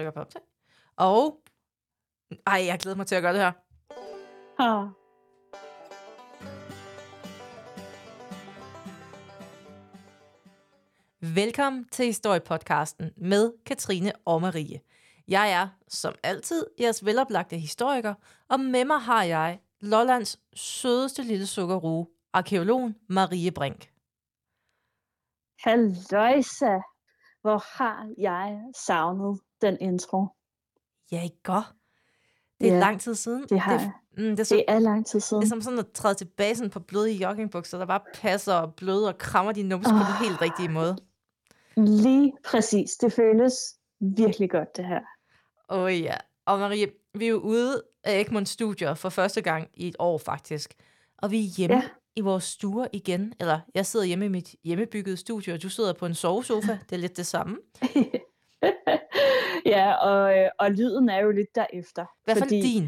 trykker på optag. Og... jeg glæder mig til at gøre det her. Ah. Velkommen til Historiepodcasten med Katrine og Marie. Jeg er, som altid, jeres veloplagte historiker, og med mig har jeg Lollands sødeste lille sukkerrue, arkæologen Marie Brink. Halløjsa, hvor har jeg savnet den intro. Ja, ikke godt. Det er lang tid siden. Det har jeg. Det er lang tid siden. Det er som sådan at træde tilbage sådan på bløde joggingbukser, der bare passer og bløder og krammer de numse på den helt rigtige måde. Lige præcis. Det føles virkelig godt, det her. Ja. Og Marie, vi er jo ude af Egmont Studier for første gang i et år faktisk. Og vi er hjemme i vores stuer igen. Eller jeg sidder hjemme i mit hjemmebyggede studie, og du sidder på en sovesofa. Det er lidt det samme. Ja, og lyden er jo lidt derefter. I hvert fald din.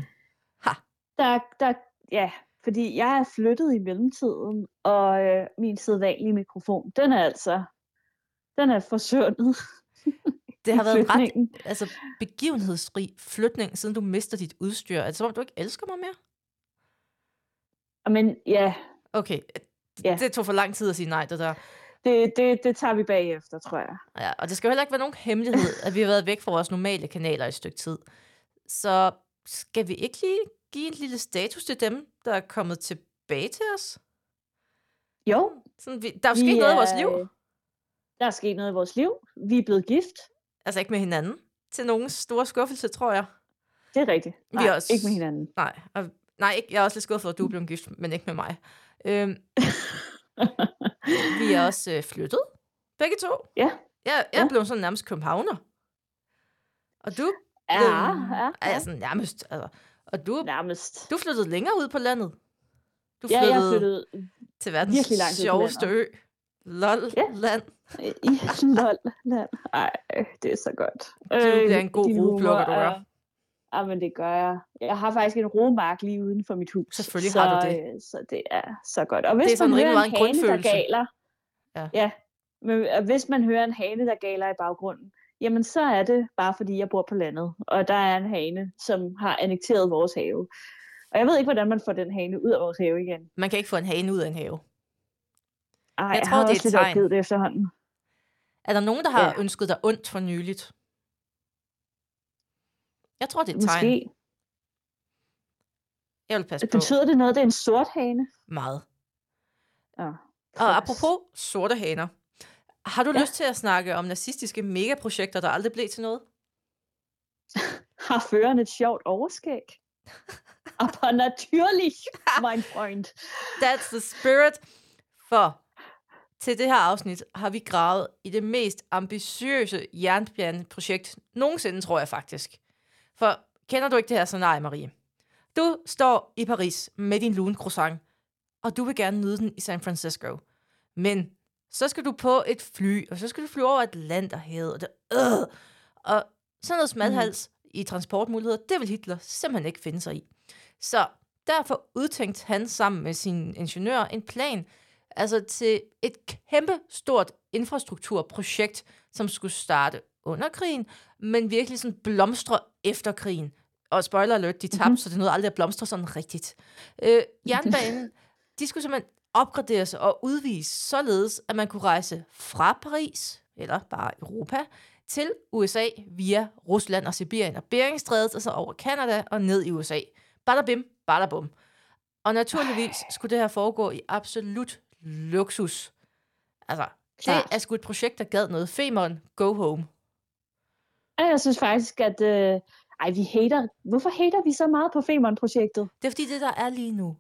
Fordi jeg er flyttet i mellemtiden, og min sædvanlige mikrofon, den er forsvundet. Det har været en ret begivenhedsrig flytning, siden du mister dit udstyr. Er det som om, du ikke elsker mig mere? Men ja. Okay, det tog for lang tid at sige nej, det der. Det tager vi bagefter, tror jeg. Ja, og det skal jo heller ikke være nogen hemmelighed, at vi har været væk fra vores normale kanaler i et stykke tid. Så skal vi ikke lige give en lille status til dem, der er kommet tilbage til os? Jo. Sådan, der er jo sket noget i vores liv. Der er sket noget i vores liv. Vi er blevet gift. Altså ikke med hinanden. Til nogens store skuffelse, tror jeg. Det er rigtigt. Vi er også... ikke med hinanden. Nej, ikke. Jeg er også lidt skuffet for, at du er blevet gift, men ikke med mig. Vi er også flyttet. Begge to. Ja. Jeg er blevet sådan nærmest københavner. Og du? Sådan nærmest. Altså. Og du? Nærmest. Du flyttede længere ud på landet. Du jeg flyttede til verdens sjoveste ø. Lolland. Lolland. Ej, det er så godt. Du bliver en god roeplukker, du gør. Men det gør jeg. Jeg har faktisk en roemark lige uden for mit hus. Selvfølgelig har du det. Så det er så godt. Og hvis det er man hører en hane, der galer, men hvis man hører en hane, der galer i baggrunden, jamen så er det bare fordi, jeg bor på landet. Og der er en hane, som har annekteret vores have. Og jeg ved ikke, hvordan man får den hane ud af vores have igen. Man kan ikke få en hane ud af en have. Jeg tror, det er et tegn. Det efterhånden. Er der nogen, der har ønsket dig ondt for nyligt? Jeg tror, det er et tegn. Måske. Jeg vil passe på. Betyder det noget, det er en sort hane? Meget. Og apropos sorte haner. Har du lyst til at snakke om nazistiske megaprojekter, der aldrig blev til noget? Har føreren et sjovt overskæg? Aber natürlich, mein Freund. That's the spirit. For til det her afsnit har vi gravet i det mest ambitiøse jernbaneprojekt nogensinde, tror jeg faktisk. For kender du ikke det her scenarie, Marie? Du står i Paris med din lune croissant, og du vil gerne nyde den i San Francisco. Men så skal du på et fly, og så skal du flyve over Atlanterhavet, og sådan noget smalhals i transportmuligheder, det vil Hitler simpelthen ikke finde sig i. Så derfor udtænkte han sammen med sine ingeniører en plan, altså til et kæmpe stort infrastrukturprojekt, som skulle starte under krigen, men virkelig sådan blomstre efter krigen. Og spoiler alert, de tabte, så det nåede aldrig at blomstre sådan rigtigt. Jernbanen, de skulle simpelthen opgraderes og udvises således, at man kunne rejse fra Paris, eller bare Europa, til USA via Rusland og Sibirien og Beringstrædet, og så over Canada og ned i USA. Bada bim, bada bum. Og naturligvis skulle det her foregå i absolut luksus. Altså, det er sgu et projekt, der gad noget. Femern, go home. Jeg synes faktisk, at hvorfor hater vi så meget på Femern-projektet? Det er fordi, det der er lige nu.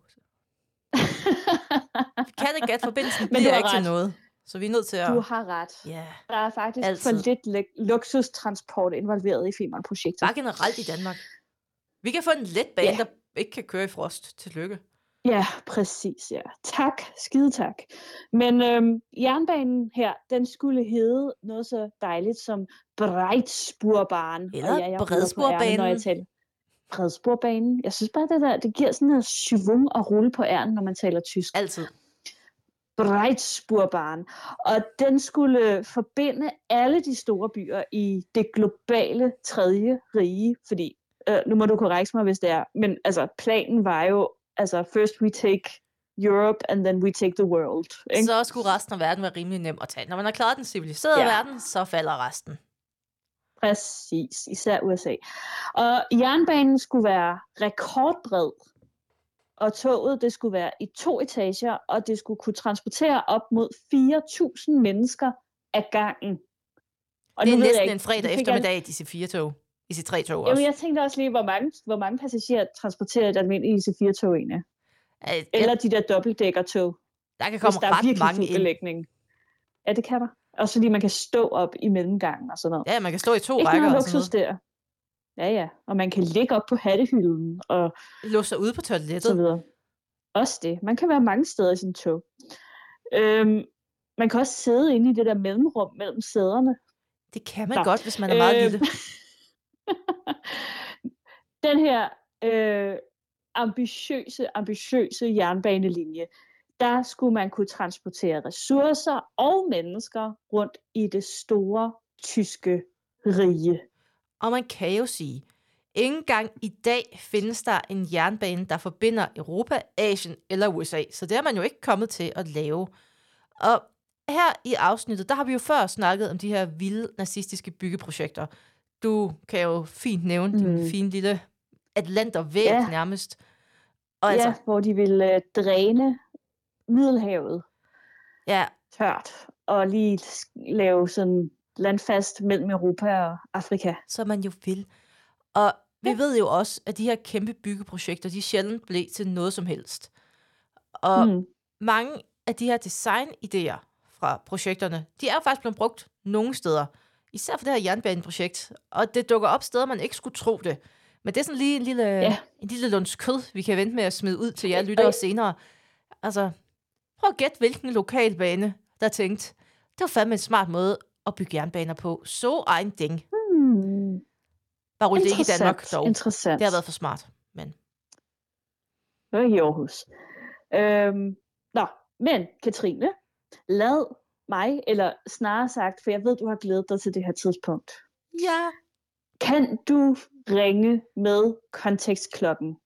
Kattegat-forbindelsen bliver ikke til noget. Så vi er nødt til at... Du har ret. Yeah. Der er faktisk for lidt luksustransport involveret i Femern-projektet. Bare generelt i Danmark. Vi kan få en letbane, der ikke kan køre i frost. Tillykke. Ja, præcis, ja. Tak, skide tak. Men jernbanen her, den skulle hedde noget så dejligt som Breitspurbanen. Eller Bredspurbanen. Bredspurbanen. Jeg synes bare, det giver sådan noget svung og rulle på ærnen, når man taler tysk. Altid. Breitspurbahn, og den skulle forbinde alle de store byer i det globale tredje rige, fordi, nu må du korrekte mig, hvis det er, men altså, planen var jo, altså, first we take Europe, and then we take the world. Ikke? Så skulle resten af verden være rimelig nem at tage. Når man har klaret den civiliserede verden, så falder resten. Præcis, især USA. Og jernbanen skulle være rekordbred, og toget det skulle være i 2 etager, og det skulle kunne transportere op mod 4.000 mennesker ad gangen. Og det er næsten en fredag eftermiddag i IC4-tog. IC3-tog også. Jamen, jeg tænkte også lige, hvor mange passagerer transporterer et almindeligt IC4-tog egentlig? Eller de der dobbeltdækkertog. Der kan komme ret mange ind. Ja, det kan der. Også fordi man kan stå op i mellemgangen og sådan noget. Ja, man kan stå i 2 ikke rækker noget og sådan noget. Der. Ja. Og man kan ligge op på hattehylden. Og låse sig ude på toilettet. Så videre. Også det. Man kan være mange steder i sin tog. Man kan også sidde inde i det der mellemrum mellem sæderne. Det kan man godt, hvis man er meget lille. Den her ambitiøse jernbanelinje, der skulle man kunne transportere ressourcer og mennesker rundt i det store tyske rige. Og man kan jo sige, ikke engang i dag findes der en jernbane, der forbinder Europa, Asien eller USA. Så det er man jo ikke kommet til at lave. Og her i afsnittet, der har vi jo før snakket om de her vilde nazistiske byggeprojekter. Du kan jo fint nævne din fine lille Atlantervæg nærmest. Og altså, hvor de vil dræne Middelhavet tørt, og lige lave sådan landfast mellem Europa og Afrika. Så man jo vil. Og vi ved jo også, at de her kæmpe byggeprojekter, de sjældent blev til noget som helst. Og mange af de her designidéer fra projekterne, de er jo faktisk blevet brugt nogle steder. Især for det her jernbaneprojekt. Og det dukker op steder, man ikke skulle tro det. Men det er sådan lige en lille lunds kød, vi kan vente med at smide ud til jer lyttere senere. Altså, prøv at gætte, hvilken lokalbane, der tænkte, det var fandme en smart måde at bygge jernbaner på. Så egen ding. Bare rulle det ikke i Danmark, dog. Interessant. Det har været for smart. Men det er i Aarhus. Men Katrine, lad mig, eller snarere sagt, for jeg ved, du har glædet dig til det her tidspunkt. Ja. Kan du ringe med kontekstklokken?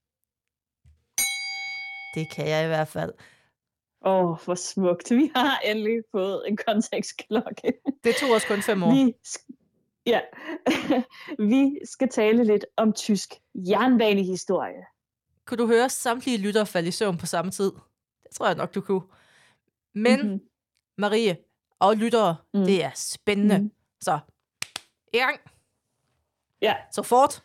Det kan jeg i hvert fald. Hvor smukt. Vi har endelig fået en kontekstklokke. Det tog os kun 5 år. Vi skal tale lidt om tysk jernbanehistorie. Kunne du høre samtlige lyttere falde i søvn på samme tid? Det tror jeg nok, du kunne. Men, Marie og lyttere, det er spændende. Så, i gang. Ja. Så fort.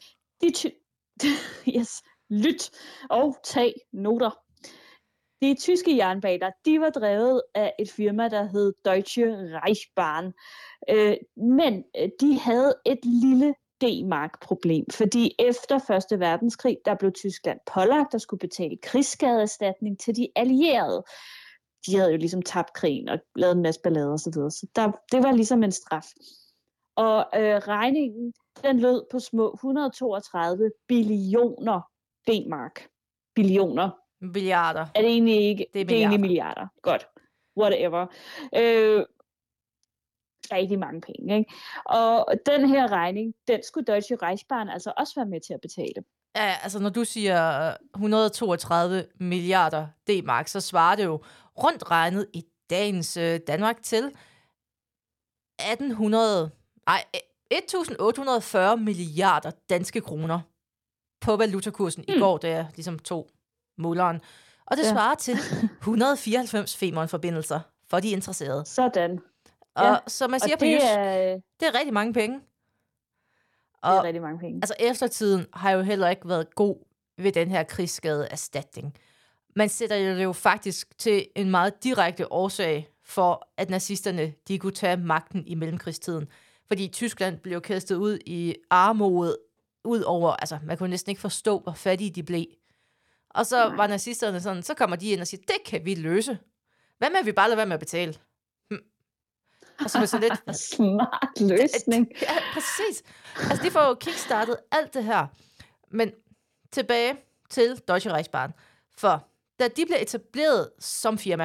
Lyt og tag noter. De tyske jernbaner, de var drevet af et firma, der hed Deutsche Reichsbahn. Men de havde et lille D-mark-problem, fordi efter 1. verdenskrig, der blev Tyskland pålagt at skulle betale krigsskadeerstatning til de allierede. De havde jo ligesom tabt krigen og lavet en masse ballade og så videre, så det var ligesom en straf. Og regningen, den lød på små 132 billioner D-mark. Billioner. Milliarder. Er det egentlig ikke? Det er egentlig milliarder. Godt. Whatever. Rigtig mange penge, ikke? Og den her regning, den skulle Deutsche Reichsbahn altså også være med til at betale. Ja, altså når du siger 132 milliarder D-mark, så svarer det jo rundt regnet i dagens Danmark til 1840 milliarder danske kroner på valutakursen i går, da jeg ligesom tog måleren. Og det svarer til 194 Femern-forbindelser for de interesserede. Sådan. Og som man siger på jysk, det er rigtig mange penge. Og det er rigtig mange penge. Altså eftertiden har jo heller ikke været god ved den her krigsskadeerstatning. Man sætter det jo faktisk til en meget direkte årsag for, at nazisterne de kunne tage magten i mellemkrigstiden. Fordi Tyskland blev kastet ud i armod, ud over, altså man kunne næsten ikke forstå, hvor fattige de blev. Og så var nazisterne sådan, så kommer de ind og siger, det kan vi løse. Hvad med, at vi bare lader være med at betale? Og så er sådan lidt smart løsning. Ja, præcis. Altså, de får jo kickstartet alt det her. Men tilbage til Deutsche Reichsbahn. For da de blev etableret som firma,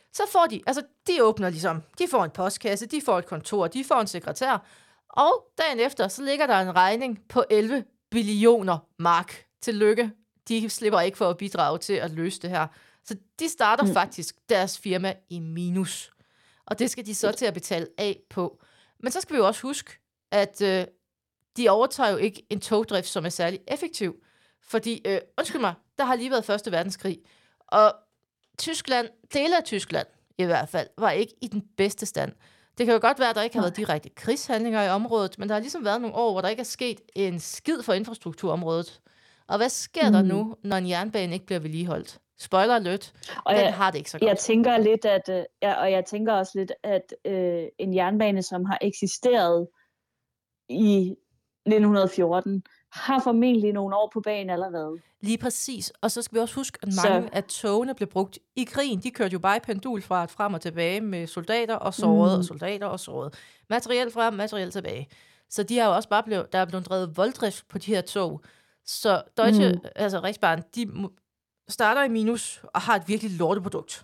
Så får de åbner ligesom, de får en postkasse, de får et kontor, de får en sekretær, og dagen efter, så ligger der en regning på 11 billioner mark. Tillykke. De slipper ikke for at bidrage til at løse det her. Så de starter faktisk deres firma i minus. Og det skal de så til at betale af på. Men så skal vi jo også huske, at de overtager jo ikke en togdrift, som er særlig effektiv. Fordi, undskyld mig, der har lige været Første Verdenskrig. Og Tyskland, dele af Tyskland i hvert fald, var ikke i den bedste stand. Det kan jo godt være, at der ikke har været direkte krigshandlinger i området, men der har ligesom været nogle år, hvor der ikke er sket en skid for infrastrukturområdet. Og hvad sker der nu, når en jernbane ikke bliver vedligeholdt? Spoiler alert, den har det ikke så godt. Jeg tænker også lidt, at en jernbane, som har eksisteret i 1914, har formentlig nogle år på banen allerede. Lige præcis. Og så skal vi også huske, at mange af togene blev brugt i krigen. De kørte jo bare i pendulfart frem og tilbage med soldater og sårede, og soldater og sårede. Materiel frem, materiel tilbage. Så de har jo også bare der er blevet drevet volddrift på de her tog. Så Deutsche, altså Reichsbahn, de starter i minus og har et virkelig lorteprodukt.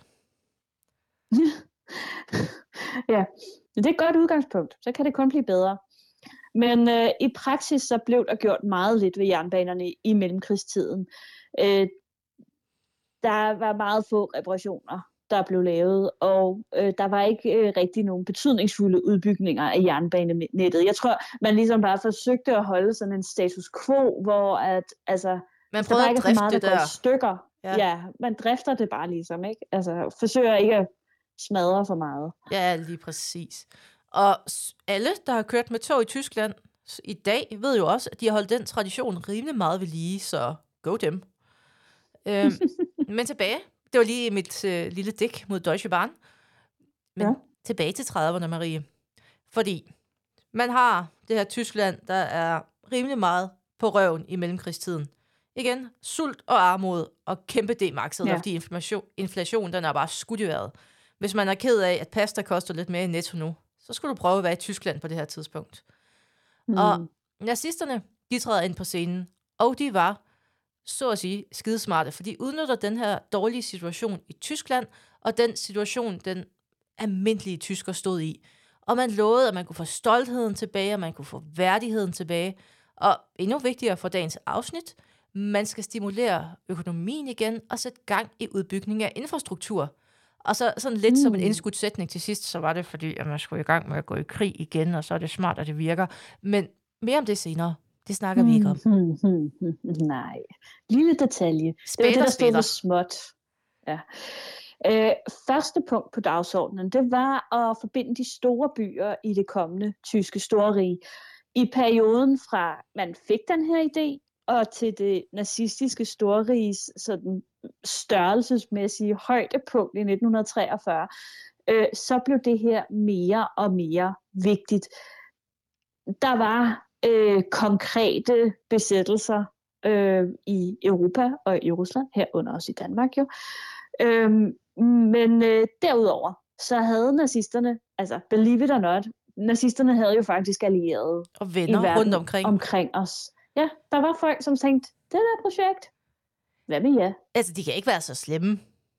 Ja, det er et godt udgangspunkt. Så kan det kun blive bedre. Men i praksis så blev der gjort meget lidt ved jernbanerne i mellemkrigstiden. Der var meget få reparationer, der blev lavet, og der var ikke rigtig nogen betydningsfulde udbygninger af jernbanenettet. Jeg tror, man ligesom bare forsøgte at holde sådan en status quo, hvor at, altså, man prøvede at drifte det der. Stykker. Ja, man drifter det bare ligesom, ikke? Altså, forsøger ikke at smadre for meget. Ja, lige præcis. Og alle, der har kørt med tog i Tyskland i dag, ved jo også, at de har holdt den tradition rimelig meget ved lige, så go dem. Men tilbage, det var lige mit lille dæk mod Deutsche Bahn, men tilbage til 30'erne, Marie. Fordi man har det her Tyskland, der er rimelig meget på røven i mellemkrigstiden. Igen, sult og armod og kæmpe D-marksedler, fordi inflation, den er bare skudt i vejret. Hvis man er ked af, at pasta koster lidt mere i Netto nu, så skulle du prøve at være i Tyskland på det her tidspunkt. Og nazisterne, de træder ind på scenen, og de var, så at sige, skidesmarte, for de udnytter den her dårlige situation i Tyskland, og den situation, den almindelige tysker stod i. Og man lovede, at man kunne få stoltheden tilbage, og man kunne få værdigheden tilbage. Og endnu vigtigere for dagens afsnit, man skal stimulere økonomien igen, og sætte gang i udbygning af infrastruktur. Og så sådan lidt som en indskudt sætning til sidst, så var det fordi, at man skulle i gang med at gå i krig igen, og så er det smart, at det virker. Men mere om det senere. Det snakker vi ikke om. Nej. Lille detalje. Det var det, der stod med småt. Ja. Første punkt på dagsordenen, det var at forbinde de store byer i det kommende tyske storrige. I perioden fra man fik den her idé, og til det nazistiske storriges sådan størrelsesmæssige højdepunkt i 1943, så blev det her mere og mere vigtigt. Der var konkrete besættelser i Europa og i Rusland, herunder også i Danmark jo. Men derudover, så havde nazisterne, altså believe it or not, nazisterne havde jo faktisk allierede og venner rundt omkring os. Ja, der var folk, som tænkte, det der projekt, hvad med jer? Altså, de kan ikke være så slemme.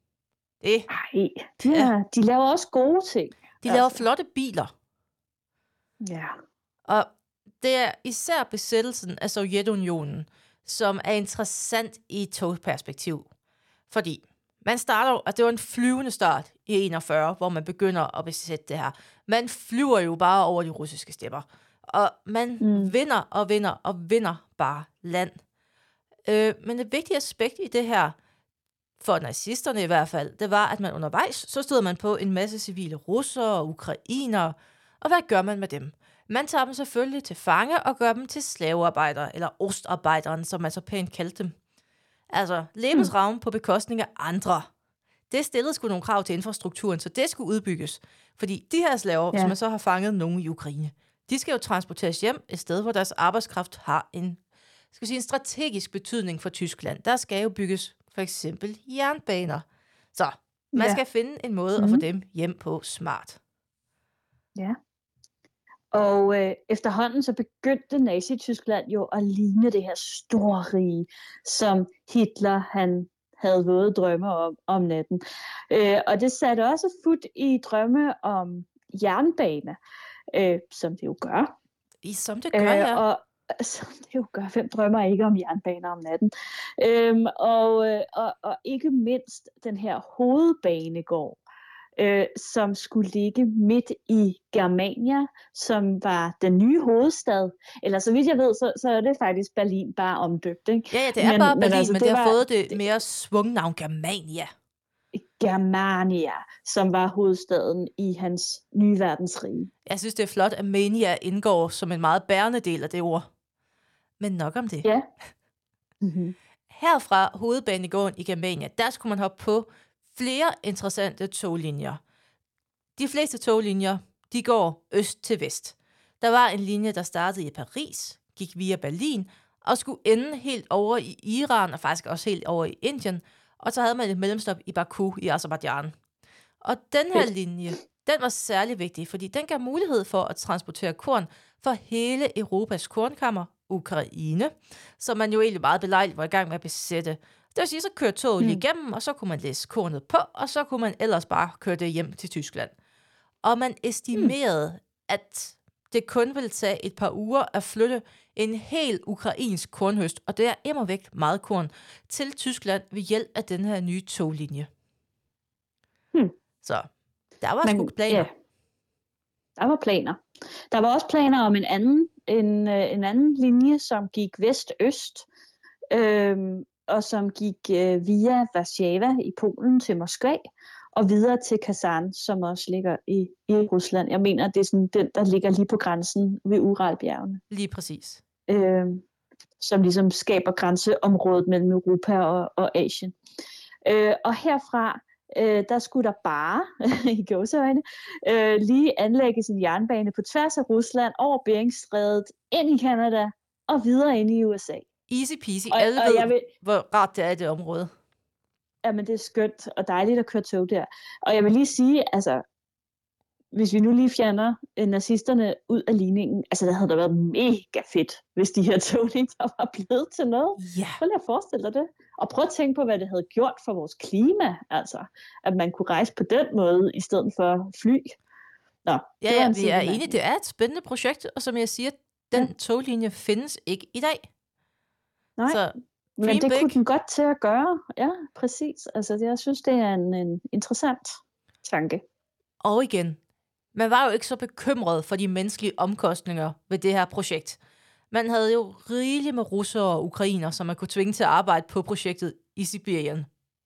Nej, de laver også gode ting. De laver flotte biler. Ja. Og det er især besættelsen af Sovjetunionen, som er interessant i et togperspektiv. Fordi man starter, og det var en flyvende start i 41, hvor man begynder at besætte det her. Man flyver jo bare over de russiske stepper. Og man vinder bare land. Men det vigtige aspekt i det her, for nazisterne i hvert fald, det var, at man undervejs, så stod man på en masse civile russere og ukrainere. Og hvad gør man med dem? Man tager dem selvfølgelig til fange og gør dem til slavearbejdere, eller ostarbejderen, som man så pænt kaldte dem. Altså, lebensraum på bekostning af andre. Det stillede sgu nogle krav til infrastrukturen, så det skulle udbygges. Fordi de her slaver, som man så har fanget nogen i Ukraine, de skal jo transporteres hjem et sted, hvor deres arbejdskraft har en strategisk betydning for Tyskland. Der skal jo bygges for eksempel jernbaner. Så man skal finde en måde at få dem hjem på smart. Ja. Og efterhånden så begyndte Nazi-Tyskland jo at ligne det her store rige, som Hitler han havde våde drømme om natten. Og det satte også fod i drømme om jernbane, som det jo gør. Som det gør, ja. Og som det jo gør, hvem drømmer ikke om jernbaner om natten? Og ikke mindst den her hovedbanegård, som skulle ligge midt i Germania, som var den nye hovedstad. Eller så vidt jeg ved, så er det faktisk Berlin bare omdøbt. Ikke? Ja, det er bare Berlin, men det har fået det mere svungnavn Germania. Germania, som var hovedstaden i hans nye verdensrige. Jeg synes, det er flot, at mania indgår som en meget bærende del af det ord. Men nok om det. Ja. Herfra hovedbanegården i Germania, der skulle man hoppe på flere interessante toglinjer. De fleste toglinjer, de går øst til vest. Der var en linje, der startede i Paris, gik via Berlin, og skulle ende helt over i Iran, og faktisk også helt over i Indien, og så havde man et mellemstop i Baku i Aserbajdsjan. Og den her linje, den var særlig vigtig, fordi den gav mulighed for at transportere korn for hele Europas kornkammer, Ukraine, som man jo egentlig meget belejligt var i gang med at besætte. Det vil sige, så kørte toget lige igennem, og så kunne man læse kornet på, og så kunne man ellers bare køre det hjem til Tyskland. Og man estimerede, at det kun ville tage et par uger at flytte en hel ukrainsk kornhøst, og det er immervægt meget korn, til Tyskland ved hjælp af den her nye toglinje. Så der var sgu planer. Ja. Der var planer. Der var også planer om en anden linje, som gik vest-øst, og som gik via Warszawa i Polen til Moskva, og videre til Kazan, som også ligger i Rusland. Jeg mener, det er sådan den, der ligger lige på grænsen ved Uralbjergene. Lige præcis. Som ligesom skaber grænseområdet mellem Europa og Asien. Og herfra, der skulle der bare, i gåseøjne, lige anlægges en jernbane på tværs af Rusland, over Beringstrædet, ind i Canada og videre ind i USA. Easy peasy. Alle ved, hvor rart det er i det område. Jamen, det er skønt og dejligt at køre tog der. Og jeg vil lige sige, altså, hvis vi nu lige fjerner nazisterne ud af ligningen, altså, det havde da været mega fedt, hvis de her toglinjer var blevet til noget. Ja. Prøv lige at forestille dig det. Og prøv at tænke på, hvad det havde gjort for vores klima, altså, at man kunne rejse på den måde, i stedet for fly. Nå, ja, vi er enige, det er et spændende projekt, og som jeg siger, den toglinje findes ikke i dag. Nej. Så men det kunne den godt til at gøre. Ja, præcis. Altså, jeg synes, det er en interessant tanke. Og igen, man var jo ikke så bekymret for de menneskelige omkostninger ved det her projekt. Man havde jo rigeligt med russere og ukrainer, som man kunne tvinge til at arbejde på projektet i Sibirien.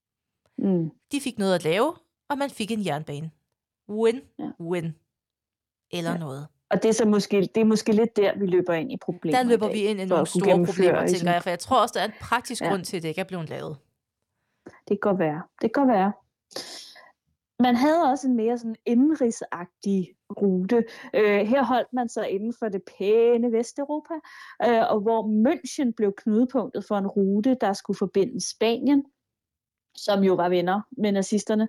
De fik noget at lave, og man fik en jernbane. Win. Eller noget. Og det er måske lidt der, vi løber ind i problemer. Der løber vi ind i nogle store problemer, tænker jeg, for jeg tror også, der er en praktisk grund til, at det ikke er blevet lavet. Det kan godt være. Man havde også en mere sådan indenrigsagtig rute. Her holdt man sig inden for det pæne Vesteuropa, og hvor München blev knudepunktet for en rute, der skulle forbinde Spanien, som jo var venner med nazisterne,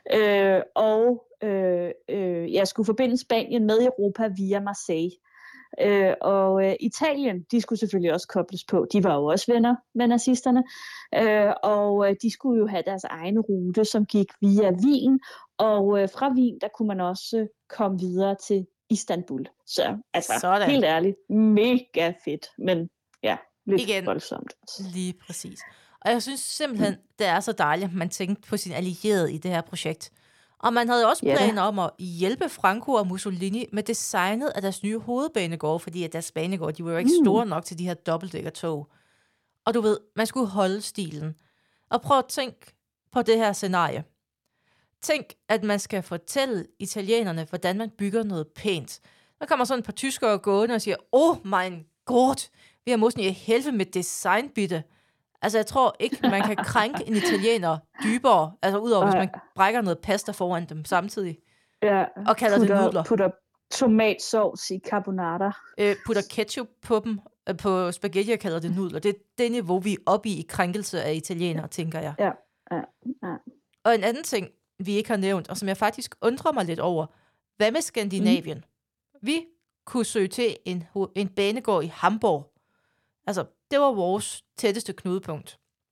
jeg skulle forbinde Spanien med Europa via Marseille. Italien, de skulle selvfølgelig også kobles på. De var jo også venner med nazisterne. Og de skulle jo have deres egen rute, som gik via Wien. Og fra Wien, der kunne man også komme videre til Istanbul. Så altså, sådan. Helt ærligt, mega fedt. Men ja, lidt voldsomt. Lige præcis. Og jeg synes simpelthen, det er så dejligt, at man tænkte på sin allierede i det her projekt. Og man havde også planer om at hjælpe Franco og Mussolini med designet af deres nye hovedbanegård, fordi at deres banegård, de var jo ikke store nok til de her dobbeltdækkertog. Og du ved, man skulle holde stilen. Og prøv at tænke på det her scenarie. Tænk, at man skal fortælle italienerne, hvordan man bygger noget pænt. Der kommer sådan et par tyskere gående og siger, my god, vi har måske hjælpe med designbitte. Altså, jeg tror ikke, man kan krænke en italiener dybere, altså udover hvis man brækker noget pasta foran dem samtidig, og kalder det nudler. Putter tomatsovs i carbonara. Putter ketchup på dem, på spaghetti og kalder det nudler. Det er det niveau, vi er oppe i krænkelse af italienere, tænker jeg. Ja. Og en anden ting, vi ikke har nævnt, og som jeg faktisk undrer mig lidt over, hvad med Skandinavien? Vi kunne søge til en banegård i Hamburg. Altså, det var vores tætteste knudepunkt.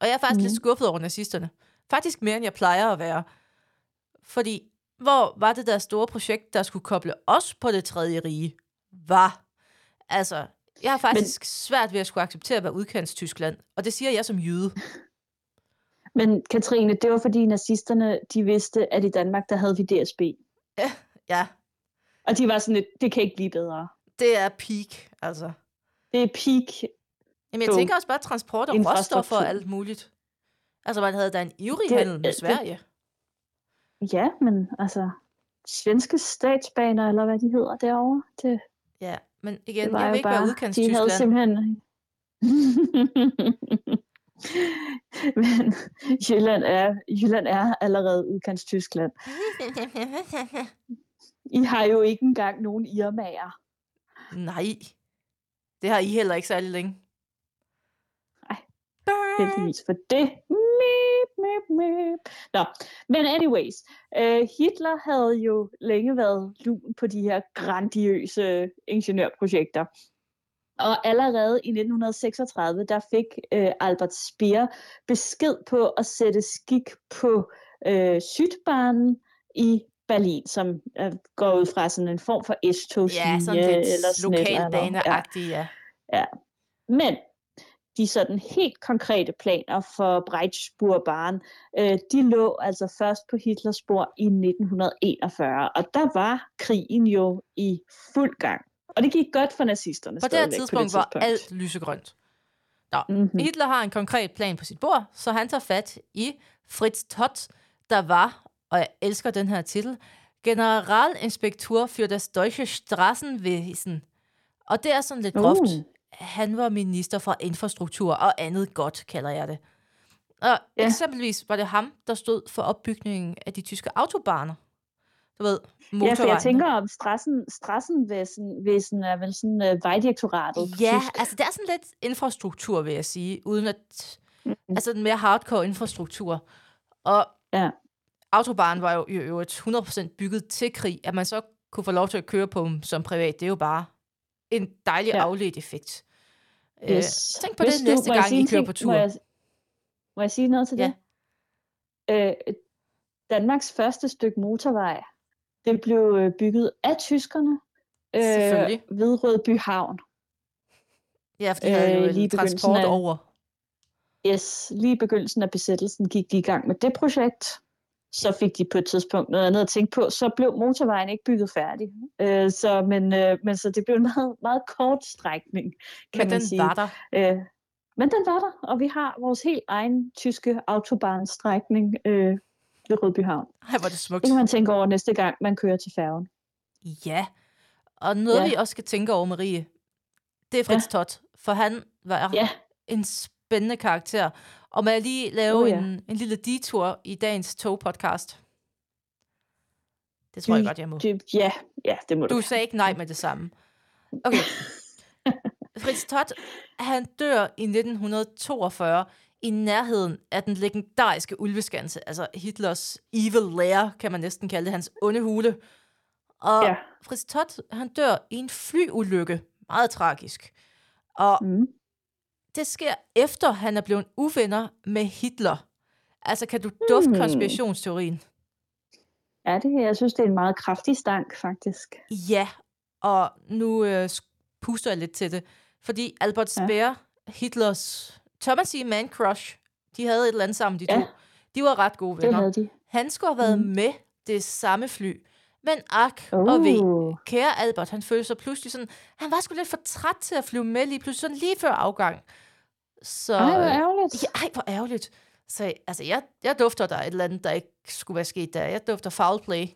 Og jeg er faktisk lidt skuffet over nazisterne. Faktisk mere, end jeg plejer at være. Fordi, hvor var det der store projekt, der skulle koble os på det tredje rige? Altså, jeg har faktisk svært ved at skulle acceptere at være udkants Tyskland. Og det siger jeg som jyde. Men Katrine, det var fordi nazisterne, de vidste, at i Danmark, der havde vi DSB. Ja. Og de var sådan lidt, det kan ikke blive bedre. Det er peak, altså. Det er peak. Jamen, jeg tænker også bare transport og råstoffer og alt muligt. Altså, man havde da en ivrig handel med Sverige. Ja, men altså, svenske statsbaner, eller hvad de hedder derovre. Ja, men igen, jeg vil ikke være udkants Tyskland. De havde simpelthen... Men Jylland er allerede udkants Tyskland. I har jo ikke engang nogen Irmaer. Nej, det har I heller ikke særlig længe. Nej, heldigvis for det. Nå, men anyways, Hitler havde jo længe været lun på de her grandiøse ingeniørprojekter. Og allerede i 1936, der fik Albert Speer besked på at sætte skik på Südbahn i Berlin, som går ud fra sådan en form for S-togslinje. Ja, sådan lidt lokalbaneagtigt, ja. Men de sådan helt konkrete planer for Breitspurbahn, de lå altså først på Hitlers spor i 1941, og der var krigen jo i fuld gang. Og det gik godt for nazisterne. På det her tidspunkt var alt lysegrønt. Hitler har en konkret plan på sit bord, så han tager fat i Fritz Todt, der var, og jeg elsker den her titel, Generalinspektor für das Deutsche Straßenwesen. Og det er sådan lidt groft. Han var minister for infrastruktur og andet godt, kalder jeg det. Og eksempelvis var det ham, der stod for opbygningen af de tyske autobaner. Du ved, motorvejene. Ja, for jeg tænker om Straßenwesen er vel sådan vejdirektoratet. Ja, altså det er sådan lidt infrastruktur, vil jeg sige, uden at, altså den mere hardcore infrastruktur. Og autobanen var jo et 100% bygget til krig, at man så kunne få lov til at køre på dem som privat, det er jo bare en dejlig afledt effekt. Tænk på det næste gang, I kører på tur. Må jeg sige noget til det? Danmarks første stykke motorvej, det blev bygget af tyskerne ved Rødby Havn. Ja, for de havde jo lige transport over. Yes, lige i begyndelsen af besættelsen gik de i gang med det projekt. Så fik de på et tidspunkt noget andet at tænke på. Så blev motorvejen ikke bygget færdig. Men så det blev en meget, meget kort strækning, kan man sige. Men den var der, og vi har vores helt egen tyske autobahnstrækning ved Rødby Havn. Her var det smukt. Det kan man tænke over næste gang, man kører til færgen. Ja, og noget vi også skal tænke over, Marie, det er Fritz Todt, for han var en spændende karakter. Og må jeg lige lave en lille detur i dagens togpodcast? Det tror jeg godt, jeg må. Ja, det må du. Du sagde ikke nej med det samme. Okay. Fritz Todt, han dør i 1942 i nærheden af den legendariske Ulveskanse, altså Hitlers evil lair, kan man næsten kalde det, hans onde hule. Og Fritz Todt, han dør i en flyulykke. Meget tragisk. Og det sker efter, han er blevet uvenner med Hitler. Altså, kan du dufte konspirationsteorien? Ja, jeg synes, det er en meget kraftig stank, faktisk. Ja, og nu puster jeg lidt til det. Fordi Albert Speer, Hitlers, tør man sige man crush, de havde et eller andet sammen, de to. De var ret gode venner. Det havde de. Han skulle have været med det samme fly. Men og kære Albert, han følte sig pludselig sådan, han var sgu lidt for træt til at flyve med lige pludselig, sådan lige før afgang. Så, hvor ærgerligt. Ja, hvor ærgerligt. Så altså, jeg dufter, der et eller andet, der ikke skulle være sket der. Jeg dufter foul play.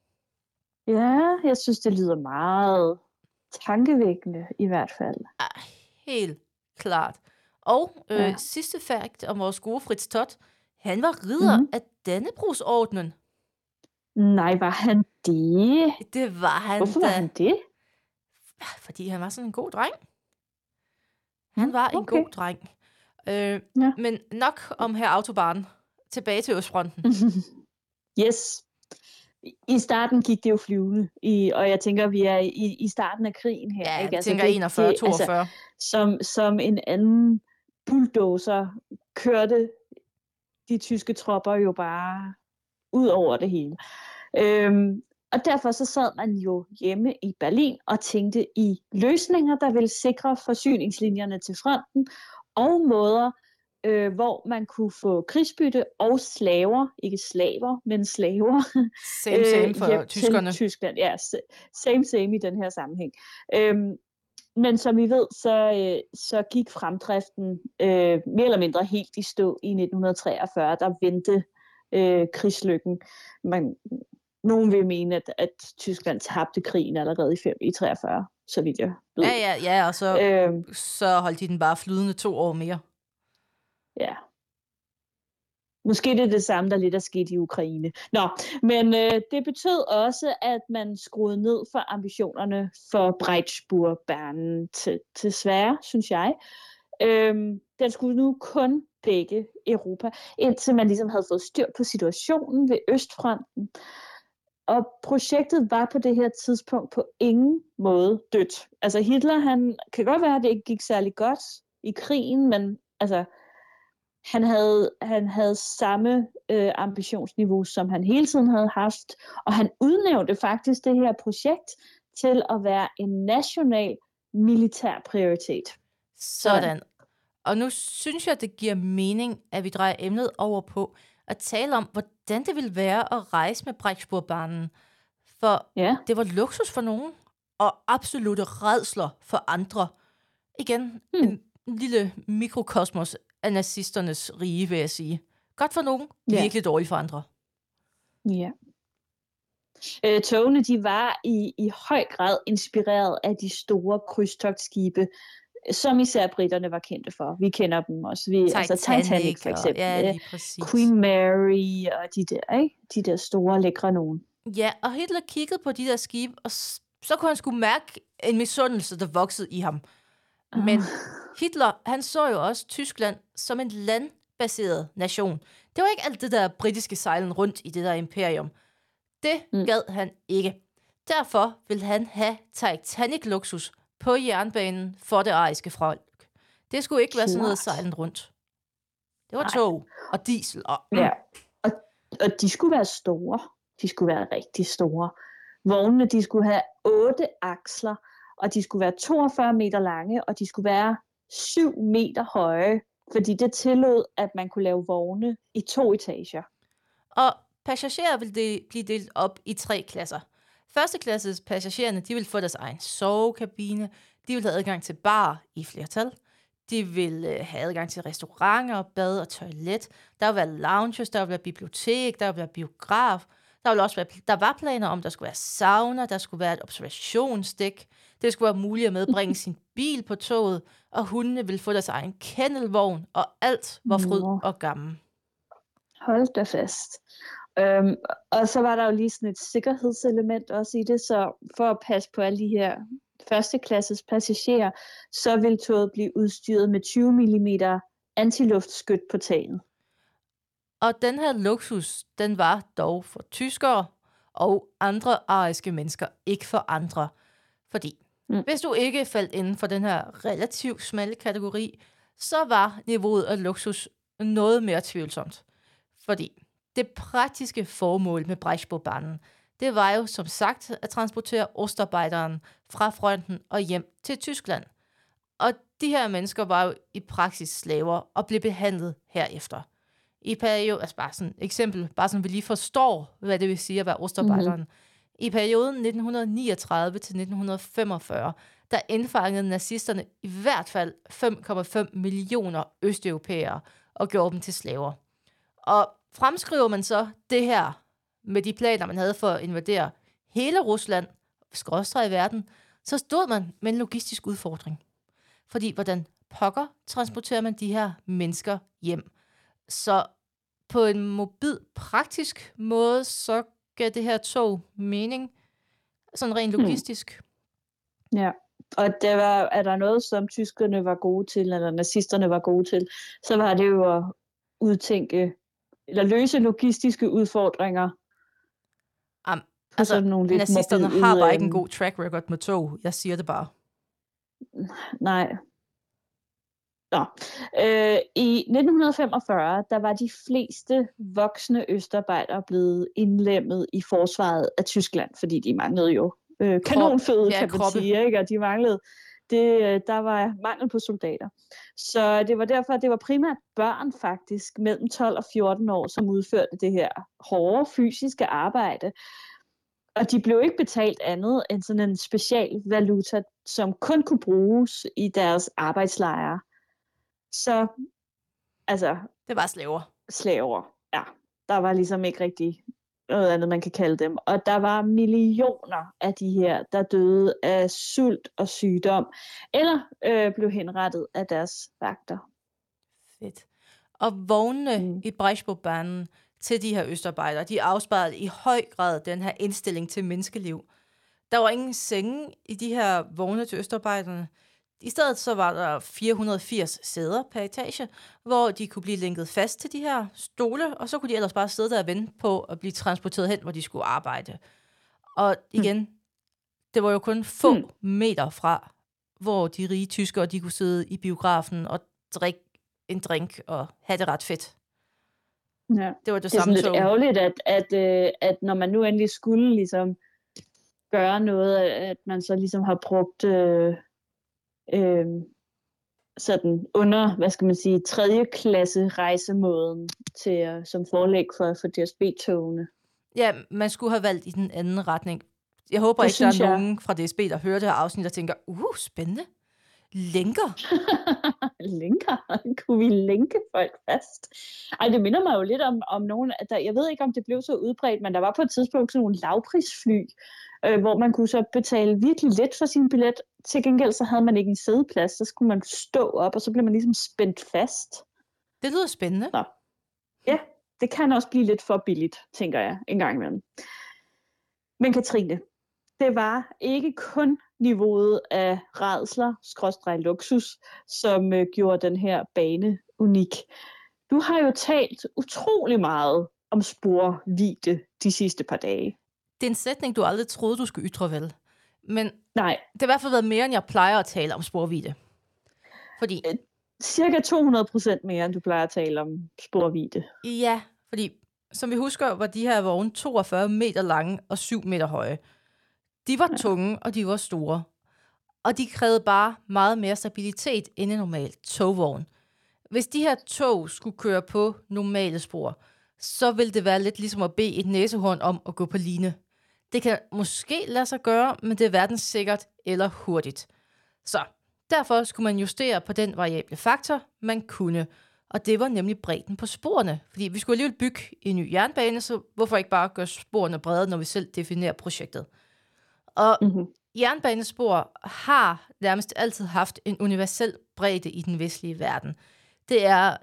Ja, jeg synes, det lyder meget tankevækkende i hvert fald. Helt klart. Og sidste fakt om vores gode Fritz Todt, han var ridder af Dannebrogsordenen. Nej, var han det? Det var han. Hvorfor var han det? Fordi han var sådan en god dreng. Han var en god dreng. Men nok om her autobahn. Tilbage til Østfronten. Yes. I starten gik det jo flyvende, og jeg tænker, vi er i starten af krigen her. Ja, ikke? Jeg tænker 41, 42. Altså, som en anden bulldozer kørte de tyske tropper jo bare ud over det hele. Og derfor så sad man jo hjemme i Berlin og tænkte i løsninger, der ville sikre forsyningslinjerne til fronten, og måder, hvor man kunne få krigsbytte og slaver, ikke slaver, men slaver, same for tyskerne. til Tyskland. Ja, same i den her sammenhæng. Men som I ved, så gik fremdriften mere eller mindre helt i stå i 1943, der vendte krigslykken. Nogen vil mene, at Tyskland tabte krigen allerede i 43, så vidt jeg ved. Ja, og så holdt de den bare flydende 2 år mere. Ja. Måske det er det samme, der lidt er sket i Ukraine. Men det betød også, at man skruede ned for ambitionerne for Breitspurbahnen til Sverige, synes jeg. Den skulle nu kun dække Europa, indtil man ligesom havde fået styr på situationen ved Østfronten. Og projektet var på det her tidspunkt på ingen måde dødt. Altså Hitler, han kan godt være, at det ikke gik særlig godt i krigen, men altså, han havde samme ambitionsniveau, som han hele tiden havde haft, og han udnævnte faktisk det her projekt til at være en national militær prioritet. Sådan. Og nu synes jeg, det giver mening, at vi drejer emnet over på at tale om, hvordan det ville være at rejse med Breitspurbahnen. For det var luksus for nogen, og absolutte rædsler for andre. Igen, en lille mikrokosmos af nazisternes rige, vil jeg sige. Godt for nogen, virkelig dårligt for andre. Ja. Togene, de var i høj grad inspireret af de store krydstogtskibe, som især britterne var kendte for. Vi kender dem også. Titanic for eksempel. Ja, lige præcis. Queen Mary og de der, ikke? De der store, lækre nogen. Ja, og Hitler kiggede på de der skibe, og så kunne han sgu mærke en misundelse, der voksede i ham. Men Hitler, han så jo også Tyskland som en landbaseret nation. Det var ikke alt det der britiske sejlen rundt i det der imperium. Det gad han ikke. Derfor ville han have Titanic-luksus på jernbanen for det ariske folk. Det skulle ikke være sådan noget sejlen rundt. Det var tog og diesel. Og de skulle være store. De skulle være rigtig store. Vognene, de skulle have 8 aksler, og de skulle være 42 meter lange, og de skulle være 7 meter høje, fordi det tillod, at man kunne lave vogne i 2 etager. Og passagerer ville blive delt op i 3 klasser. Første klasses passagererne, de ville få deres egen sovekabine, de ville have adgang til bar i flertal, de ville have adgang til restauranter, bad og toilet, der ville være lounges, der ville være bibliotek, der ville være biograf, der var planer om, der skulle være sauna, der skulle være et observationsdæk, det skulle være muligt at medbringe sin bil på toget, og hundene ville få deres egen kennelvogn, og alt var fryd og gammel. Hold da fast. Og så var der jo lige sådan et sikkerhedselement også i det, så for at passe på alle de her førsteklasses passagerer, så vil toget blive udstyret med 20 mm antiluftskyt på taget. Og den her luksus, den var dog for tyskere og andre ariske mennesker, ikke for andre. Fordi hvis du ikke faldt inden for den her relativt smalle kategori, så var niveauet af luksus noget mere tvivlsomt. Fordi det praktiske formål med Breitspurbahnen, det var jo som sagt at transportere Ostarbejderen fra fronten og hjem til Tyskland. Og de her mennesker var jo i praksis slaver og blev behandlet herefter. I perioden, altså bare sådan et eksempel, bare sådan vi lige forstår, hvad det vil sige at være Ostarbejderen. I perioden 1939 til 1945, der indfangede nazisterne i hvert fald 5,5 millioner østeuropæere og gjorde dem til slaver. Og fremskriver man så det her med de planer, man havde for at invadere hele Rusland, skråstreg i verden, så stod man med en logistisk udfordring. Fordi hvordan pokker transporterer man de her mennesker hjem? Så på en mobil, praktisk måde, så gav det her tog mening, sådan rent logistisk. Ja, og er der noget, som tyskerne var gode til, eller nazisterne var gode til, så var det jo at udtænke, eller løse logistiske udfordringer. Altså, nazisterne har bare ikke en god track record med tog. Jeg siger det bare. Nej. I 1945, der var de fleste voksne østarbejdere blevet indlemmet i forsvaret af Tyskland, fordi de manglede jo kanonføde, kan man sige, ikke? Og de manglede der var mangel på soldater. Så det var derfor, det var primært børn faktisk mellem 12 og 14 år, som udførte det her hårde fysiske arbejde. Og de blev ikke betalt andet end sådan en special valuta, som kun kunne bruges i deres arbejdslejre. Så, altså... Det var slaver. Slaver, ja. Der var ligesom ikke rigtig noget andet, man kan kalde dem. Og der var millioner af de her, der døde af sult og sygdom, eller blev henrettet af deres vagter. Fedt. Og vognene i Breisbobbanen til de her østarbejdere, de afspejlede i høj grad den her indstilling til menneskeliv. Der var ingen senge i de her vogne til østarbejderne. I stedet så var der 480 sæder per etage, hvor de kunne blive lænket fast til de her stole, og så kunne de ellers bare sidde der og vente på at blive transporteret hen, hvor de skulle arbejde. Og igen, det var jo kun få meter fra, hvor de rige tyskere, de kunne sidde i biografen og drikke en drink og have det ret fedt. Ja. Det var det samme tog. Det er sådan lidt ærgerligt, at når man nu endelig skulle ligesom gøre noget, at man så ligesom har brugt sådan under, hvad skal man sige, 3. klasse rejsemåden til, som forlæg for DSB-togene. Ja, man skulle have valgt i den anden retning. Jeg håber ikke, der er nogen fra DSB, der hører det her afsnit og tænker, spændende. Lænker. Lænker? Kunne vi lænke folk fast? Ej, det minder mig jo lidt om nogen, jeg ved ikke, om det blev så udbredt, men der var på et tidspunkt sådan nogle lavprisfly, hvor man kunne så betale virkelig lidt for sin billet. Til gengæld så havde man ikke en sædeplads, så skulle man stå op, og så blev man ligesom spændt fast. Det lyder spændende. Så. Ja, det kan også blive lidt for billigt, tænker jeg, en gang imellem. Men Katrine, det var ikke kun niveauet af rædsler, luksus, som gjorde den her bane unik. Du har jo talt utrolig meget om sporvidde de sidste par dage. Det er en sætning, du aldrig troede, du skulle ytre, vel? Men nej. Det har i hvert fald været mere, end jeg plejer at tale om sporvidde. Fordi... Cirka 200% mere, end du plejer at tale om sporvidde. Ja, fordi som vi husker, var de her vogne 42 meter lange og 7 meter høje. De var tunge, og de var store. Og de krævede bare meget mere stabilitet end en normal togvogn. Hvis de her tog skulle køre på normale spor, så ville det være lidt ligesom at bede et næsehorn om at gå på line. Det kan måske lade sig gøre, men det er hverken sikkert eller hurtigt. Så derfor skulle man justere på den variable faktor, man kunne. Og det var nemlig bredden på sporene. Fordi vi skulle alligevel bygge en ny jernbane, så hvorfor ikke bare gøre sporene brede, når vi selv definerer projektet? Og jernbanespor har nærmest altid haft en universel bredde i den vestlige verden. Det er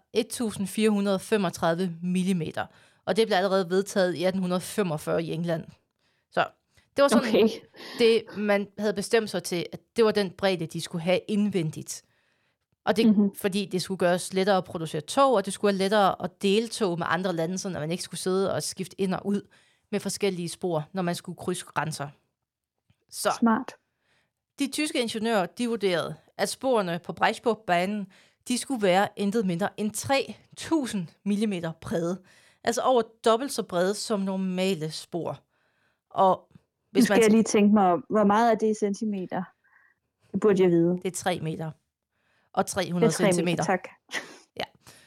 1435 mm, og det blev allerede vedtaget i 1845 i England. Så det var sådan det, man havde bestemt sig til, at det var den bredde, de skulle have indvendigt. Og det fordi det skulle gøres lettere at producere tog, og det skulle være lettere at dele tog med andre lande, så man ikke skulle sidde og skifte ind og ud med forskellige spor, når man skulle krydse grænser. Så smart. De tyske ingeniører, de vurderede, at sporene på Breisbobbanen, de skulle være intet mindre end 3000 mm brede. Altså over dobbelt så brede som normale spor. Og hvis jeg lige tænke mig om, hvor meget er det i centimeter? Det burde jeg vide. Det er 3 meter. Og 300 centimeter. Tak. Ja.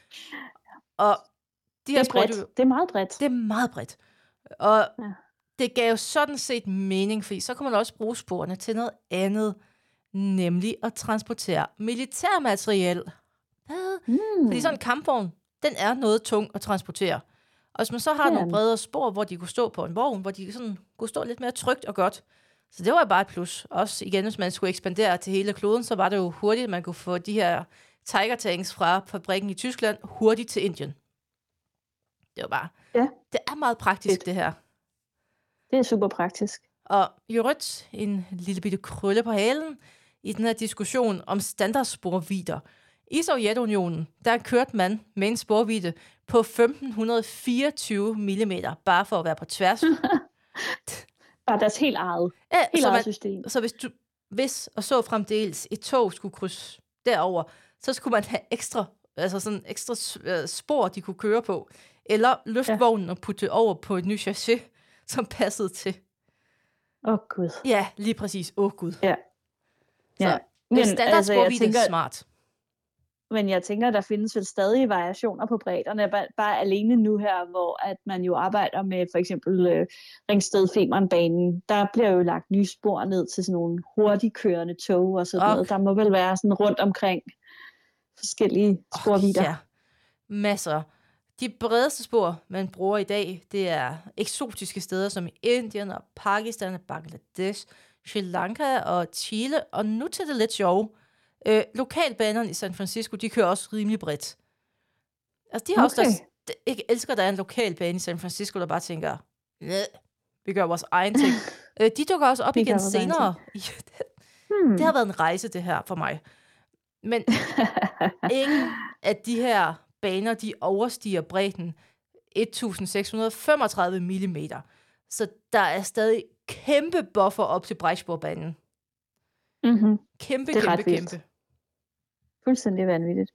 Og de her det er bredt. Det er meget bredt. Det er meget bredt. Og det gav jo sådan set mening, fordi så kunne man også bruge sporene til noget andet, nemlig at transportere militærmateriel. Fordi sådan en kampvogn, den er noget tung at transportere. Og hvis man så har nogle bredere spor, hvor de kunne stå på en vogn, hvor de sådan kunne stå lidt mere trygt og godt. Så det var bare et plus. Også igen, hvis man skulle ekspandere til hele kloden, så var det jo hurtigt, at man kunne få de her Tiger Tanks fra fabrikken i Tyskland hurtigt til Indien. Det var bare... Ja. Det er meget praktisk, det her. Det er super praktisk. Og i øvrigt, en lille bitte krølle på halen i den her diskussion om standardsporvidder. I Sovjetunionen, der kørte man med en sporvidde på 1524 mm, bare for at være på tværs. Bare deres helt eget, eget system. Så hvis og så fremdeles et tog skulle krydse derover, så skulle man have ekstra spor, de kunne køre på. Eller løfte vognen og putte over på et nyt chassis, som passede til. Gud. Ja, lige præcis. Gud. Ja. Så standardsporvidde er smart. Men jeg tænker, der findes vel stadig variationer på bredderne, bare alene nu her, hvor at man jo arbejder med for eksempel Ringsted-Femernbanen. Der bliver jo lagt nye spor ned til sådan nogle hurtigkørende tog og sådan noget. Der må vel være sådan rundt omkring forskellige sporvidder. Ja, masser. De bredeste spor, man bruger i dag, det er eksotiske steder som i Indien og Pakistan, Bangladesh, Sri Lanka og Chile. Og nu til det lidt sjove. Lokalbanerne i San Francisco, de kører også rimelig bredt. Altså, de har også jeg elsker, at der er en lokalbane i San Francisco, der bare tænker, vi gør vores egen ting. De dukker også op igen senere. Det har været en rejse, det her, for mig. Men ingen af de her baner, de overstiger bredden 1635 mm. Så der er stadig kæmpe buffer op til Breitsborgbanen. Mm-hmm. Kæmpe. Fuldstændig vanvittigt.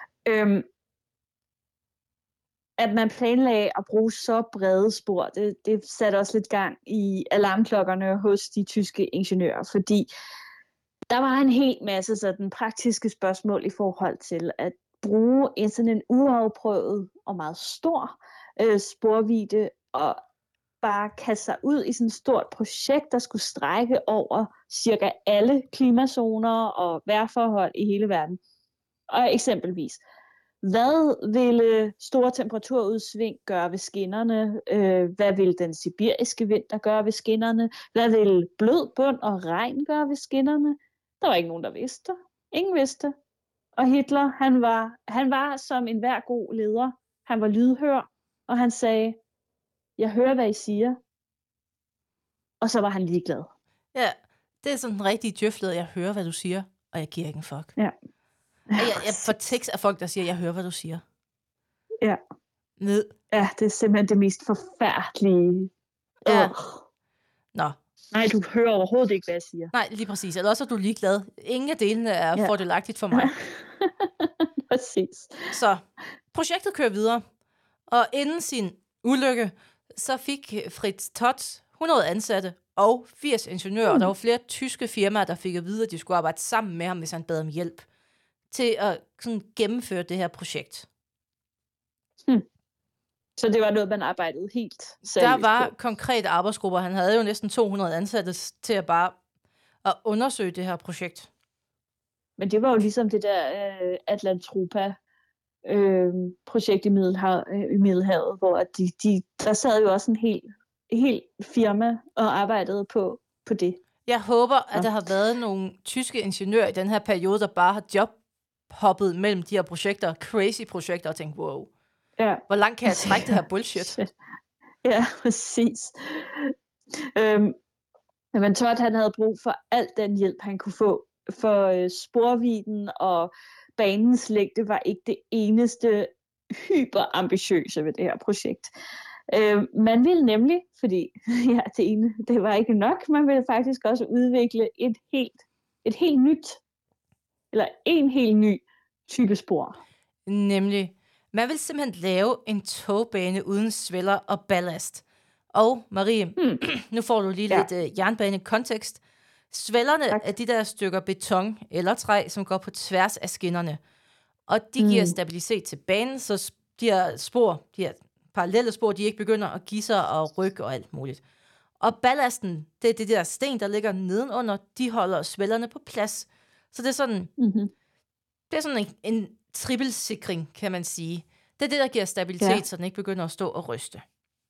At man planlagde at bruge så brede spor, det satte også lidt gang i alarmklokkerne hos de tyske ingeniører, fordi der var en hel masse sådan praktiske spørgsmål i forhold til at bruge sådan en uafprøvet og meget stor sporvidde og bare kaste sig ud i sådan et stort projekt, der skulle strække over cirka alle klimazoner og vejrforhold i hele verden. Og eksempelvis, hvad ville store temperaturudsving gøre ved skinnerne? Hvad ville den sibiriske vinter gøre ved skinnerne? Hvad ville blød bund og regn gøre ved skinnerne? Der var ikke nogen, der vidste. Ingen vidste. Og Hitler, han var som enhver god leder. Han var lydhør, og han sagde, jeg hører, hvad I siger. Og så var han ligeglad. Ja, det er sådan en rigtig djøfled, jeg hører, hvad du siger, og jeg giver ikke en fuck. Ja. Jeg får tekst af folk, der siger, jeg hører, hvad du siger. Ja. Ned. Ja, det er simpelthen det mest forfærdelige. Ja. Nå. Nej, du hører overhovedet ikke, hvad jeg siger. Nej, lige præcis. Eller også er du ligeglad. Ingen af delene er fordelagtigt for mig. Præcis. Så projektet kører videre. Og inden sin ulykke, så fik Fritz Todt 100 ansatte og 80 ingeniører. Og der var flere tyske firmaer, der fik at vide, at de skulle arbejde sammen med ham, hvis han bad om hjælp til at sådan gennemføre det her projekt. Så det var noget, man arbejdede helt seriøst Der var på. konkrete arbejdsgrupper. Han havde jo næsten 200 ansatte til at undersøge det her projekt. Men det var jo ligesom det der Atlantropa projekt i Middelhavet, hvor der sad jo også en hel firma og arbejdede på det. Jeg håber, at der har været nogle tyske ingeniører i den her periode, der bare har jobhoppet mellem de her projekter, crazy projekter, og tænkt, wow, hvor langt kan jeg trække det her bullshit? Ja, præcis. Men Todt, han havde brug for al den hjælp, han kunne få, for sporvidden og banens længde var ikke det eneste hyperambitiøse ved det her projekt. Man ville nemlig, fordi det var ikke nok, man ville faktisk også udvikle en helt ny type spor. Nemlig, man vil simpelthen lave en togbane uden svælder og ballast. Og Marie, nu får du lige lidt jernbanekontekst. Svællerne er de der stykker beton eller træ, som går på tværs af skinnerne. Og de giver stabilitet til banen, så de her parallelle spor, de ikke begynder at give sig og rykke og alt muligt. Og ballasten, det er det der sten, der ligger nedenunder, de holder svællerne på plads. Så det er sådan, det er sådan en trippelsikring, kan man sige. Det er det, der giver stabilitet, så den ikke begynder at stå og ryste.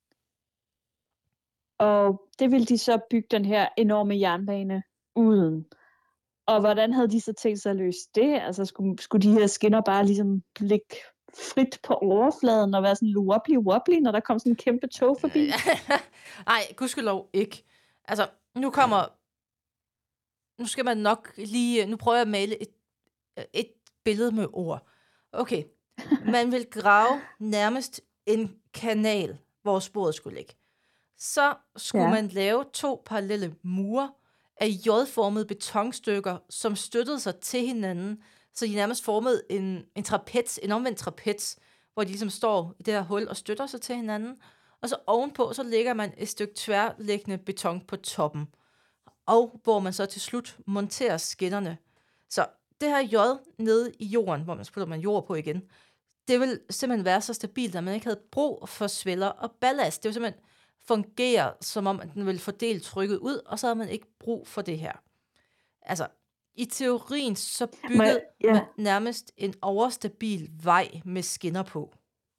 Og det ville de så bygge den her enorme jernbane uden. Og hvordan havde de så tænkt sig at løse det? Altså skulle de her skinner bare ligesom ligge frit på overfladen og være sådan wobbly, når der kom sådan en kæmpe tog forbi? Nej, gudskelov ikke. Altså, nu skal man nok lige, nu prøver jeg at male et billede med ord. Okay, man vil grave nærmest en kanal, hvor sporet skulle ligge. Så skulle man lave 2 parallelle mure af J-formede betonstykker, som støttede sig til hinanden, Så de nærmest formede en trapez, en omvendt trapez, hvor de ligesom står i det her hul og støtter sig til hinanden. Og så ovenpå, så lægger man et stykke tværliggende beton på toppen. Og hvor man så til slut monterer skinnerne. Så det her J nede i jorden, hvor man putter man jord på igen, det vil simpelthen være så stabilt, at man ikke havde brug for svælder og ballast. Det vil simpelthen fungere, som om at den vil fordele trykket ud, og så har man ikke brug for det her. Altså, i teorien så byggede man nærmest en overstabil vej med skinner på.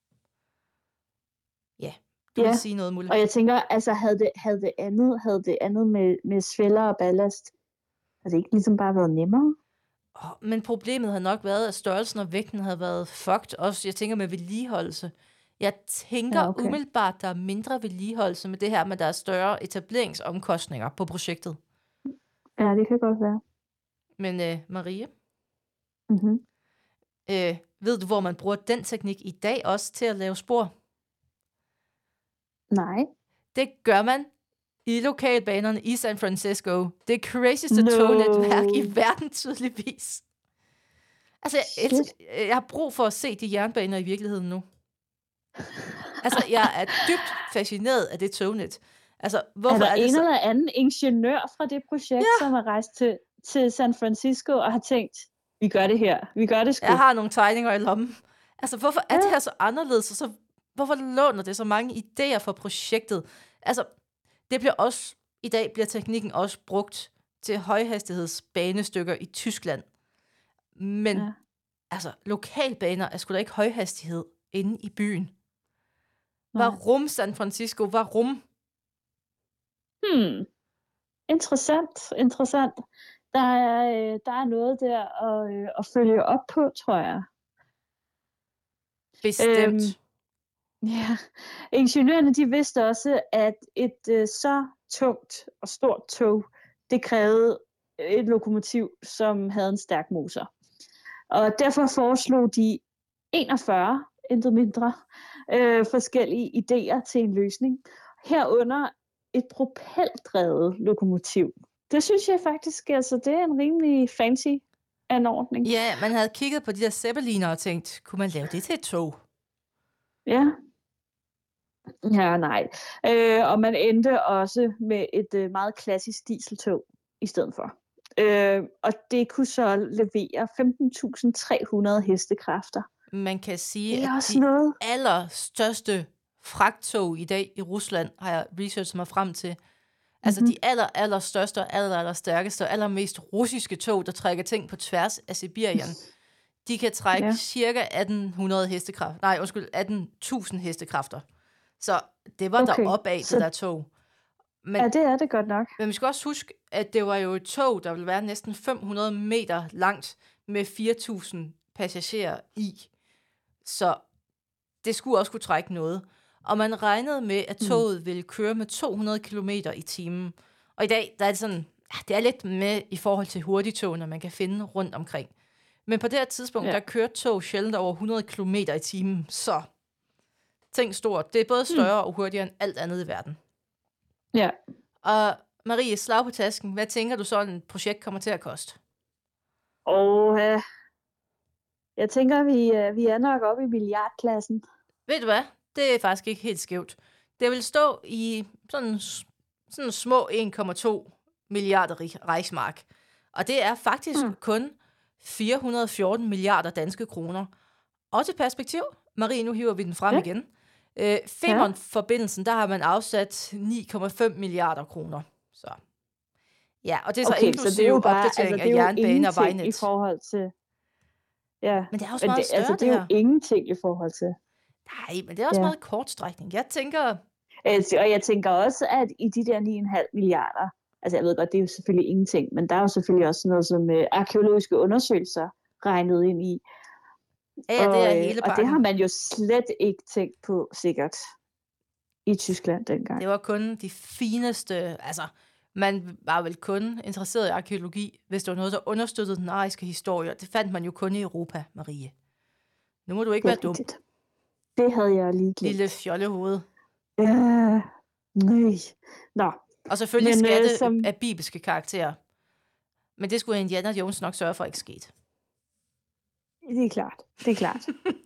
Ja, du vil sige noget, Mulle. Og jeg tænker, altså havde det andet med svælder og ballast, havde det ikke ligesom bare været nemmere? Men problemet havde nok været, at størrelsen og vægten havde været fucked. Også, jeg tænker med vedligeholdelse. Jeg tænker umiddelbart, der er mindre vedligeholdelse med det her, men der er større etableringsomkostninger på projektet. Ja, det kan godt være. Men Marie, Mm-hmm. ved du, hvor man bruger den teknik i dag også til at lave spor? Nej. Det gør man i lokalbanerne i San Francisco. Det crazyste tognetværk i verden, tydeligvis. Altså, jeg har brug for at se de jernbaner i virkeligheden nu. Altså, jeg er dybt fascineret af det tognet. Altså, hvorfor er der en eller anden ingeniør fra det projekt, som har rejst til San Francisco og har tænkt, vi gør det her, vi gør det sgu. Jeg har nogle tegninger i lommen. Altså, hvorfor er det her så anderledes, og så hvorfor låner det så mange idéer for projektet? Altså, det bliver også, i dag bliver teknikken også brugt til højhastighedsbanestykker i Tyskland. Men, altså, lokalbaner er sgu da ikke højhastighed inde i byen. Varum San Francisco, varum? Interessant. Der er noget der at følge op på, tror jeg. Bestemt. Ja, ingeniørerne de vidste også, at et så tungt og stort tog, det krævede et lokomotiv, som havde en stærk motor. Og derfor foreslog de 41, intet mindre, forskellige idéer til en løsning. Herunder et propeldrevet lokomotiv. Det synes jeg faktisk, altså det er en rimelig fancy anordning. Ja, man havde kigget på de der zeppeliner og tænkt, kunne man lave det til et tog? Ja, nej. Og man endte også med et meget klassisk dieseltog i stedet for. Og det kunne så levere 15.300 hestekræfter. Man kan sige, at de allerstørste fragttog i dag i Rusland, har jeg researchet mig frem til, altså de allerstørste og allerstærkeste og allermest russiske tog, der trækker ting på tværs af Sibirien, de kan trække cirka 1800 hestekræfter. Nej, undskyld, 18.000 hestekræfter. Så det var der opad, det der tog. Men, ja, det er det godt nok. Men vi skal også huske, at det var jo et tog, der ville være næsten 500 meter langt med 4.000 passagerer i. Så det skulle også kunne trække noget. Og man regnede med, at toget ville køre med 200 km i timen. Og i dag, der er det sådan, det er lidt med i forhold til hurtigtogene, man kan finde rundt omkring. Men på det her tidspunkt, der kørte tog sjældent over 100 km i timen. Så tænk stort. Det er både større og hurtigere end alt andet i verden. Ja. Og Marie, slag på tasken. Hvad tænker du så, et projekt kommer til at koste? Jeg tænker, vi er nok oppe i milliardklassen. Ved du hvad? Det er faktisk ikke helt skævt. Det vil stå i sådan små 1,2 milliarder Reichsmark. Og det er faktisk kun 414 milliarder danske kroner. Og til perspektiv, Marie, nu hiver vi den frem igen. Femern-forbindelsen, der har man afsat 9,5 milliarder kroner. Så. Ja, og det er så inklusive opdatering af jernbane og vejnet. I forhold til... Ja. Men det er også meget større, altså, det er jo ingenting i forhold til... Nej, men det er også meget kortstrækning. Jeg tænker... Og jeg tænker også, at i de der 9,5 milliarder, altså jeg ved godt, det er jo selvfølgelig ingenting, men der er jo selvfølgelig også noget som arkæologiske undersøgelser regnet ind i. Ja, det er hele og det har man jo slet ikke tænkt på sikkert i Tyskland dengang. Det var kun de fineste, altså man var vel kun interesseret i arkæologi, hvis det var noget, der understøttede den ariske historie. Det fandt man jo kun i Europa, Marie. Nu må du ikke være dum. Det havde jeg lige glemt. Lille fjollehoved. Ja, nej. Nå. Og selvfølgelig skatte af bibelske karakterer. Men det skulle Indiana Jones nok sørge for ikke skete. Det er klart. Det er klart.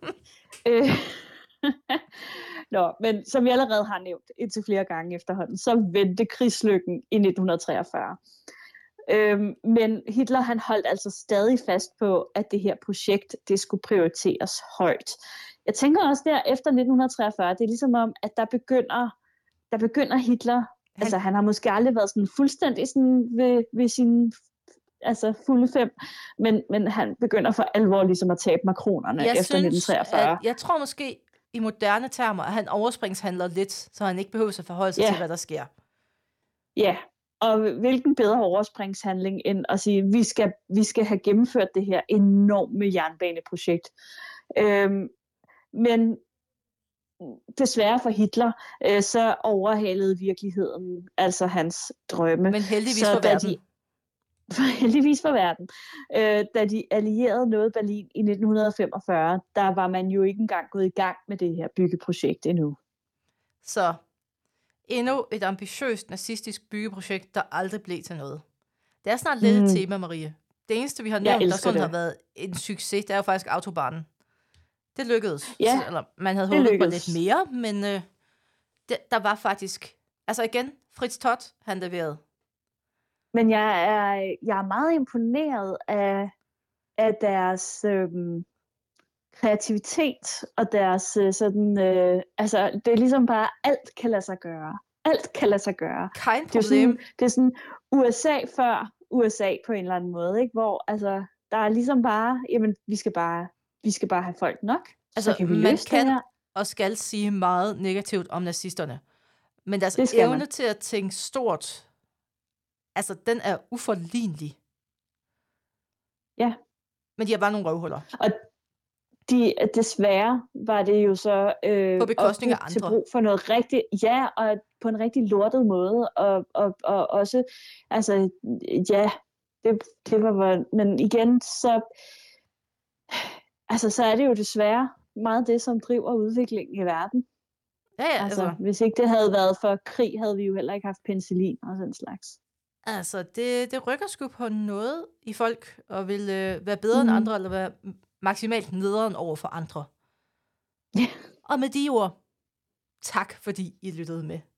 Nå, men som vi allerede har nævnt indtil flere gange efterhånden, så vendte krigslykken i 1943. Men Hitler han holdt altså stadig fast på, at det her projekt, det skulle prioriteres højt. Jeg tænker også der efter 1943, det er ligesom om, at der begynder Hitler, altså han har måske aldrig været sådan fuldstændig sådan ved sin fulde 5, men han begynder for alvor ligesom at tabe makronerne efter 1943. Jeg tror måske i moderne termer, at han overspringshandler lidt, så han ikke behøver at forholde sig til, hvad der sker. Ja, og hvilken bedre overspringshandling end at sige, vi skal have gennemført det her enorme jernbaneprojekt. Men desværre for Hitler, så overhalede virkeligheden altså hans drømme. Men heldigvis for verden. Heldigvis for verden. Da de allierede nåede Berlin i 1945, der var man jo ikke engang gået i gang med det her byggeprojekt endnu. Så endnu et ambitiøst nazistisk byggeprojekt, der aldrig blev til noget. Det er snart lidt et tema, Marie. Det eneste, vi har nævnt, der sådan har været en succes, det er jo faktisk autobanen. Det lykkedes. Ja, eller man havde håbet på lidt mere, men der var faktisk... Altså igen, Fritz Todt, han leverede. Men jeg er meget imponeret af deres kreativitet og deres sådan... det er ligesom bare, alt kan lade sig gøre. Alt kan lade sig gøre. Kein problem. Det er sådan USA før USA på en eller anden måde, ikke? Hvor der er ligesom bare, jamen, vi skal bare have folk nok. Altså, så kan vi man kan og skal sige meget negativt om nazisterne. Men deres evne til at tænke stort, altså, den er uforlignelig. Ja. Men de har bare nogle røvhuller. Og desværre var det jo så på bekostning af andre. Til brug for noget rigtigt, ja, og på en rigtig lortet måde, og også, altså, ja, det var, men igen, så er det jo desværre meget det, som driver udviklingen i verden. Ja, altså. Hvis ikke det havde været for krig, havde vi jo heller ikke haft penicillin og sådan slags. Altså, det rykker sgu på noget i folk, og vil være bedre end andre, eller være maksimalt nederen over for andre. Ja. Og med de ord, tak fordi I lyttede med.